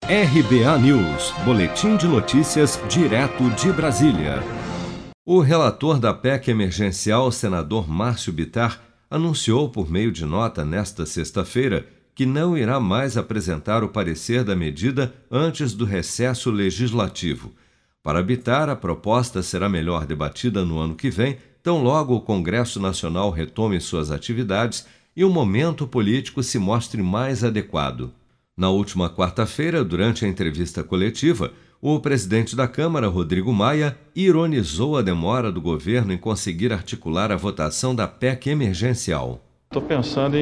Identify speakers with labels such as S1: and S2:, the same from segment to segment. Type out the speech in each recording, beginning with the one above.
S1: RBA News, Boletim de Notícias, direto de Brasília. O relator da PEC emergencial, senador Márcio Bittar, anunciou por meio de nota nesta sexta-feira que não irá mais apresentar o parecer da medida antes do recesso legislativo. Para Bittar, a proposta será melhor debatida no ano que vem, tão logo o Congresso Nacional retome suas atividades e o momento político se mostre mais adequado. Na última quarta-feira, durante a entrevista coletiva, o presidente da Câmara, Rodrigo Maia, ironizou a demora do governo em conseguir articular a votação da PEC emergencial.
S2: Estou pensando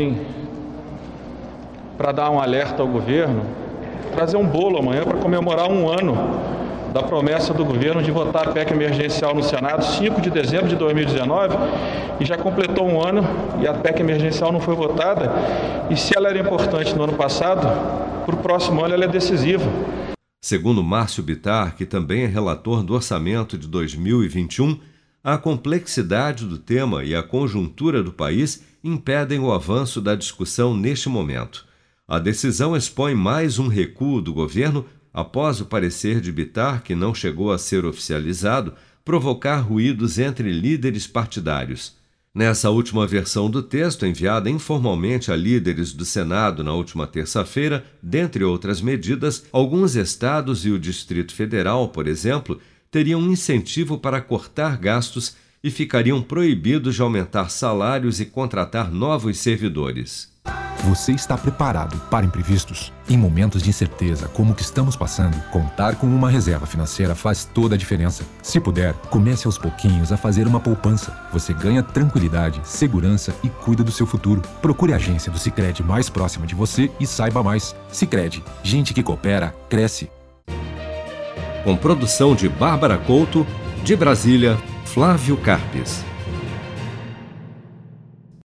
S2: para dar um alerta ao governo, trazer um bolo amanhã para comemorar um ano da promessa do governo de votar a PEC emergencial no Senado, 5 de dezembro de 2019, e já completou um ano e a PEC emergencial não foi votada. E se ela era importante no ano passado, para o próximo ano ela é decisiva.
S1: Segundo Márcio Bittar, que também é relator do orçamento de 2021, a complexidade do tema e a conjuntura do país impedem o avanço da discussão neste momento. A decisão expõe mais um recuo do governo após o parecer de Bittar, que não chegou a ser oficializado, provocar ruídos entre líderes partidários. Nessa última versão do texto, enviada informalmente a líderes do Senado na última terça-feira, dentre outras medidas, alguns estados e o Distrito Federal, por exemplo, teriam um incentivo para cortar gastos e ficariam proibidos de aumentar salários e contratar novos servidores.
S3: Você está preparado para imprevistos? Em momentos de incerteza como o que estamos passando, contar com uma reserva financeira faz toda a diferença. Se puder, comece aos pouquinhos a fazer uma poupança. Você ganha tranquilidade, segurança e cuida do seu futuro. Procure a agência do Sicredi mais próxima de você e saiba mais. Sicredi, gente que coopera, cresce.
S1: Com produção de Bárbara Couto, de Brasília, Flávio Carpes.